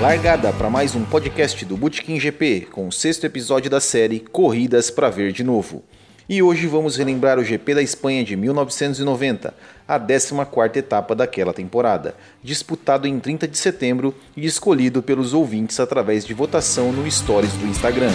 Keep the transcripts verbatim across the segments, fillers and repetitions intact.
Largada para mais um podcast do Botequim G P, com o sexto episódio da série Corridas para Ver de Novo. E hoje vamos relembrar o G P da Espanha de mil novecentos e noventa, a décima quarta etapa daquela temporada, disputado em trinta de setembro e escolhido pelos ouvintes através de votação no Stories do Instagram.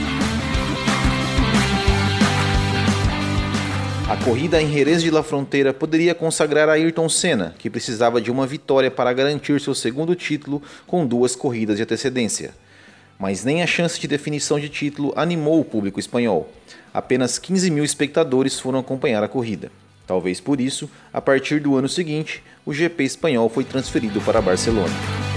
A corrida em Jerez de la Frontera poderia consagrar Ayrton Senna, que precisava de uma vitória para garantir seu segundo título com duas corridas de antecedência. Mas nem a chance de definição de título animou o público espanhol. Apenas quinze mil espectadores foram acompanhar a corrida. Talvez por isso, a partir do ano seguinte, o G P espanhol foi transferido para Barcelona.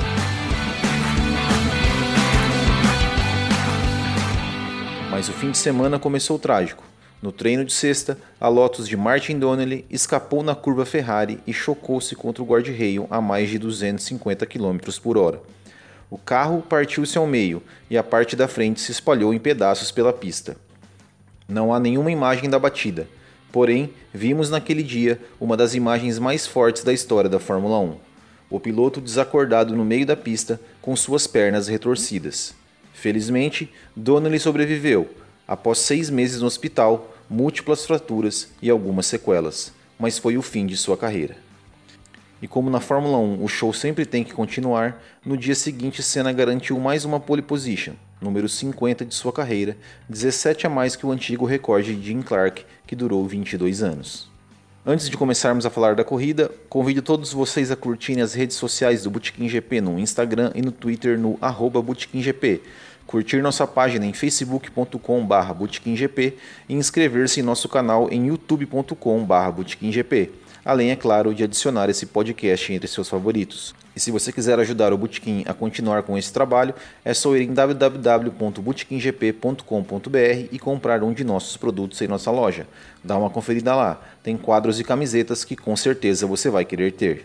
Mas o fim de semana começou trágico. No treino de sexta, a Lotus de Martin Donnelly escapou na curva Ferrari e chocou-se contra o guarda-reio a mais de duzentos e cinquenta quilômetros por hora. O carro partiu-se ao meio e a parte da frente se espalhou em pedaços pela pista. Não há nenhuma imagem da batida, porém, vimos naquele dia uma das imagens mais fortes da história da Fórmula um. O piloto desacordado no meio da pista com suas pernas retorcidas. Felizmente, Donnelly sobreviveu, após seis meses no hospital, múltiplas fraturas e algumas sequelas, mas foi o fim de sua carreira. E como na Fórmula um o show sempre tem que continuar, no dia seguinte Senna garantiu mais uma pole position, número cinquenta de sua carreira, dezessete a mais que o antigo recorde de Jim Clark, que durou vinte e dois anos. Antes de começarmos a falar da corrida, convido todos vocês a curtirem as redes sociais do Botequim G P no Instagram e no Twitter no arroba Botequim G P, curtir nossa página em facebook ponto com barra botequim G P e inscrever-se em nosso canal em youtube ponto com barra botequim G P, além, é claro, de adicionar esse podcast entre seus favoritos. E se você quiser ajudar o Botequim a continuar com esse trabalho, é só ir em w w w ponto botequim g p ponto com ponto b r e comprar um de nossos produtos em nossa loja. Dá uma conferida lá, tem quadros e camisetas que com certeza você vai querer ter.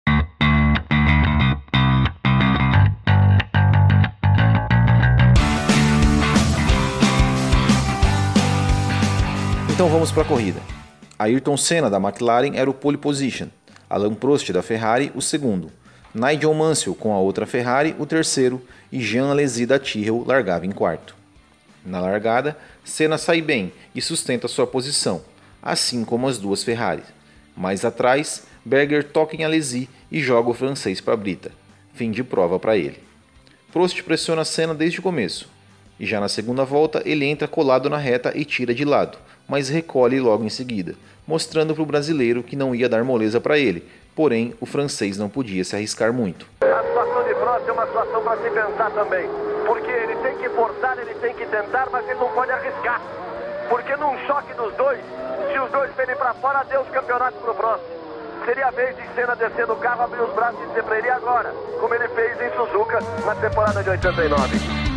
Então vamos para a corrida. Ayrton Senna da McLaren era o pole position, Alain Prost da Ferrari o segundo, Nigel Mansell com a outra Ferrari o terceiro e Jean Alesi da Tyrrell largava em quarto. Na largada, Senna sai bem e sustenta sua posição, assim como as duas Ferraris. Mais atrás, Berger toca em Alesi e joga o francês para a brita. Fim de prova para ele. Prost pressiona Senna desde o começo, e já na segunda volta ele entra colado na reta e tira de lado, mas recolhe logo em seguida, mostrando para o brasileiro que não ia dar moleza para ele, porém o francês não podia se arriscar muito. A situação de Prost é uma situação para se pensar também, porque ele tem que forçar, ele tem que tentar, mas ele não pode arriscar, porque num choque dos dois, se os dois virem para fora, deu os campeonatos para o Prost. Seria a vez de Senna descer do carro, abrir os braços e dizer para ele agora, como ele fez em Suzuka na temporada de oitenta e nove.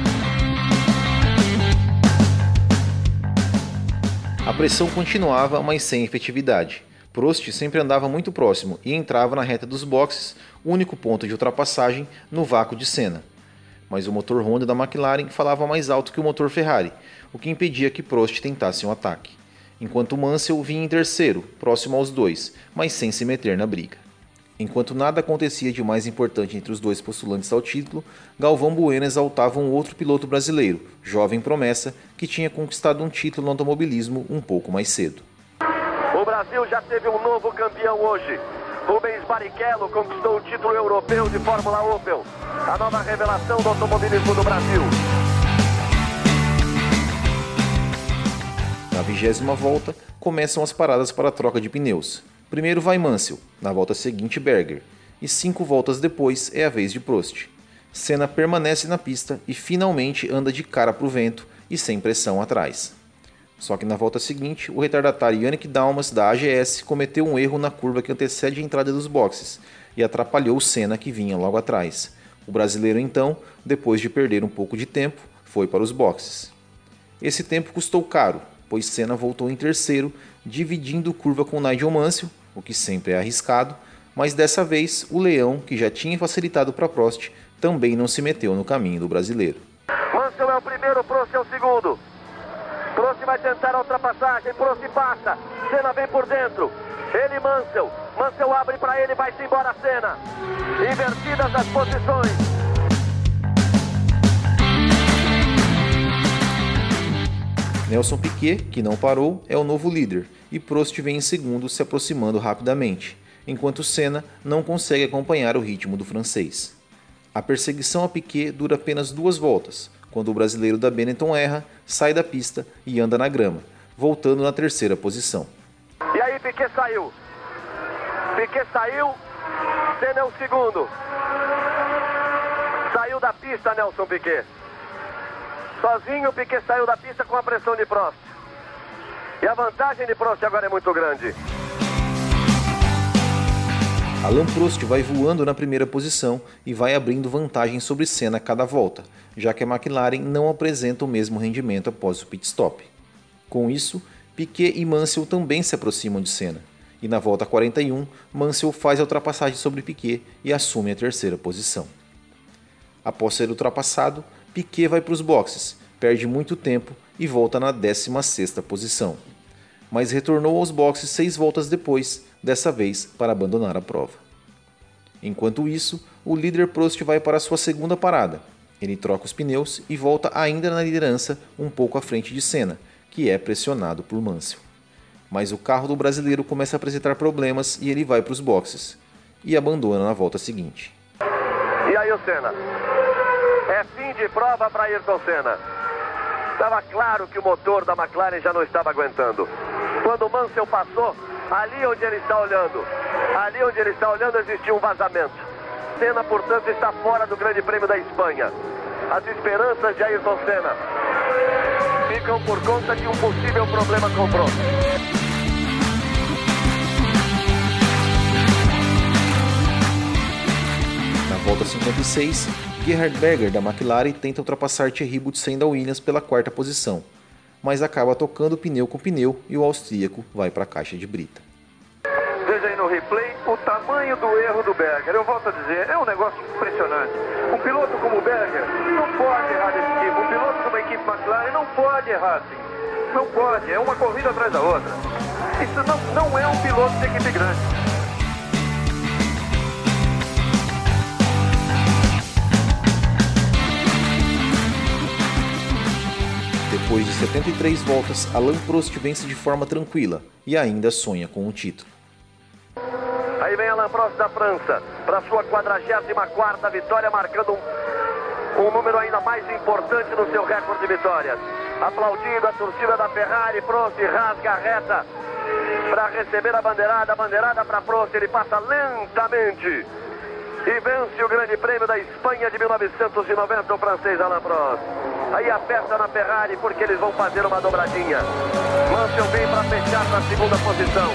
A pressão continuava, mas sem efetividade. Prost sempre andava muito próximo e entrava na reta dos boxes, único ponto de ultrapassagem, no vácuo de Senna. Mas o motor Honda da McLaren falava mais alto que o motor Ferrari, o que impedia que Prost tentasse um ataque. Enquanto Mansell vinha em terceiro, próximo aos dois, mas sem se meter na briga. Enquanto nada acontecia de mais importante entre os dois postulantes ao título, Galvão Bueno exaltava um outro piloto brasileiro, jovem promessa, que tinha conquistado um título no automobilismo um pouco mais cedo. O Brasil já teve um novo campeão hoje. Rubens Barrichello conquistou o título europeu de Fórmula Opel, a nova revelação do automobilismo do Brasil. Na vigésima volta, começam as paradas para a troca de pneus. Primeiro vai Mansell, na volta seguinte Berger, e cinco voltas depois é a vez de Prost. Senna permanece na pista e finalmente anda de cara para o vento e sem pressão atrás. Só que na volta seguinte, o retardatário Yannick Dalmas da A G S cometeu um erro na curva que antecede a entrada dos boxes e atrapalhou Senna que vinha logo atrás. O brasileiro então, depois de perder um pouco de tempo, foi para os boxes. Esse tempo custou caro, pois Senna voltou em terceiro, dividindo curva com Nigel Mansell, o que sempre é arriscado, mas dessa vez o Leão, que já tinha facilitado para Prost, também não se meteu no caminho do brasileiro. Mansell é o primeiro, Prost é o segundo. Prost vai tentar a ultrapassagem, Prost passa, Senna vem por dentro, ele Mansell, Mansell abre para ele, vai-se embora Senna. Invertidas as posições. Nelson Piquet, que não parou, é o novo líder, e Prost vem em segundo, se aproximando rapidamente, enquanto Senna não consegue acompanhar o ritmo do francês. A perseguição a Piquet dura apenas duas voltas, quando o brasileiro da Benetton erra, sai da pista e anda na grama, voltando na terceira posição. E aí Piquet saiu. Piquet saiu, Senna é o segundo. Saiu da pista Nelson Piquet. Sozinho Piquet saiu da pista com a pressão de Prost. E a vantagem de Prost agora é muito grande. Alain Prost vai voando na primeira posição e vai abrindo vantagem sobre Senna a cada volta, já que a McLaren não apresenta o mesmo rendimento após o pit stop. Com isso, Piquet e Mansell também se aproximam de Senna, e na volta quarenta e um, Mansell faz a ultrapassagem sobre Piquet e assume a terceira posição. Após ser ultrapassado, Piquet vai para os boxes, perde muito tempo e volta na décima sexta posição, mas retornou aos boxes seis voltas depois, dessa vez para abandonar a prova. Enquanto isso, o líder Prost vai para sua segunda parada. Ele troca os pneus e volta ainda na liderança, um pouco à frente de Senna, que é pressionado por Mansell. Mas o carro do brasileiro começa a apresentar problemas e ele vai para os boxes, e abandona na volta seguinte. E aí o Senna? É fim de prova para Ayrton Senna. Estava claro que o motor da McLaren já não estava aguentando. Quando o Mansell passou, ali onde ele está olhando, ali onde ele está olhando existiu um vazamento. Senna, portanto, está fora do Grande Prêmio da Espanha. As esperanças de Ayrton Senna ficam por conta de um possível problema com o Prost. Na volta cinquenta e seis, Gerhard Berger da McLaren tenta ultrapassar Thierry Boutsen da Williams pela quarta posição, mas acaba tocando pneu com pneu e o austríaco vai para a caixa de brita. Veja aí no replay o tamanho do erro do Berger. Eu volto a dizer, é um negócio impressionante. Um piloto como o Berger não pode errar desse tipo. Um piloto de uma equipe McLaren não pode errar assim. Não pode, é uma corrida atrás da outra. Isso não, não é um piloto de equipe grande. Depois de setenta e três voltas, Alain Prost vence de forma tranquila e ainda sonha com o título. Aí vem Alain Prost da França para sua quadragésima quarta vitória, marcando um, um número ainda mais importante no seu recorde de vitórias. Aplaudindo a torcida da Ferrari, Prost rasga a reta para receber a bandeirada, a bandeirada para Prost, ele passa lentamente e vence o Grande Prêmio da Espanha de mil novecentos e noventa, o francês Alain Prost. Aí a festa na Ferrari, porque eles vão fazer uma dobradinha. Mansell vem para fechar na segunda posição.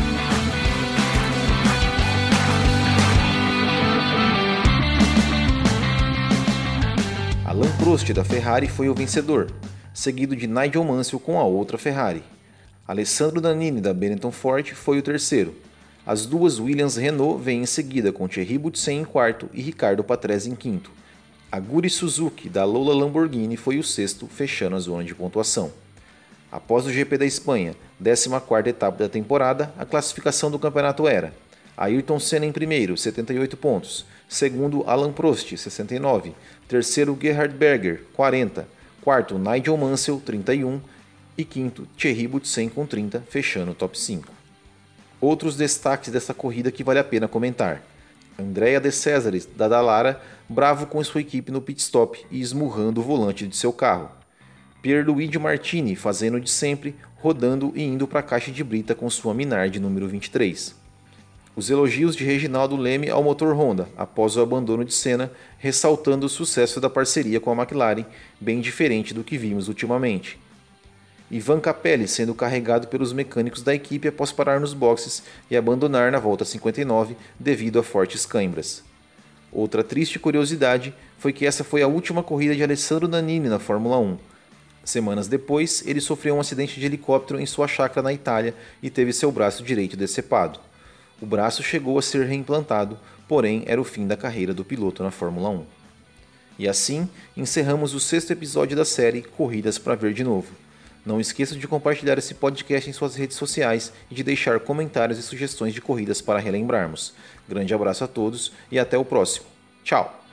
Alain Prost da Ferrari foi o vencedor, seguido de Nigel Mansell com a outra Ferrari. Alessandro Nannini da Benetton Ford foi o terceiro. As duas Williams Renault vêm em seguida, com Thierry Boutsen em quarto e Ricardo Patrese em quinto. A Guri Suzuki da Lola Lamborghini foi o sexto, fechando a zona de pontuação. Após o G P da Espanha, décima quarta etapa da temporada, a classificação do campeonato era: Ayrton Senna em primeiro, setenta e oito pontos, segundo Alain Prost, sessenta e nove, terceiro Gerhard Berger, quarenta, quarto Nigel Mansell, trinta e um e quinto Thierry Boutsen com trinta, fechando o top cinco. Outros destaques dessa corrida que vale a pena comentar: Andrea De Cesaris da Dallara, bravo com sua equipe no pit stop e esmurrando o volante de seu carro. Pierluigi Martini fazendo de sempre, rodando e indo para a caixa de brita com sua Minardi número vinte e três. Os elogios de Reginaldo Leme ao motor Honda após o abandono de Senna, ressaltando o sucesso da parceria com a McLaren, bem diferente do que vimos ultimamente. Ivan Capelli sendo carregado pelos mecânicos da equipe após parar nos boxes e abandonar na volta cinquenta e nove devido a fortes cãibras. Outra triste curiosidade foi que essa foi a última corrida de Alessandro Nannini na Fórmula um. Semanas depois, ele sofreu um acidente de helicóptero em sua chácara na Itália e teve seu braço direito decepado. O braço chegou a ser reimplantado, porém era o fim da carreira do piloto na Fórmula um. E assim, encerramos o sexto episódio da série Corridas para Ver de Novo. Não esqueça de compartilhar esse podcast em suas redes sociais e de deixar comentários e sugestões de corridas para relembrarmos. Grande abraço a todos e até o próximo. Tchau!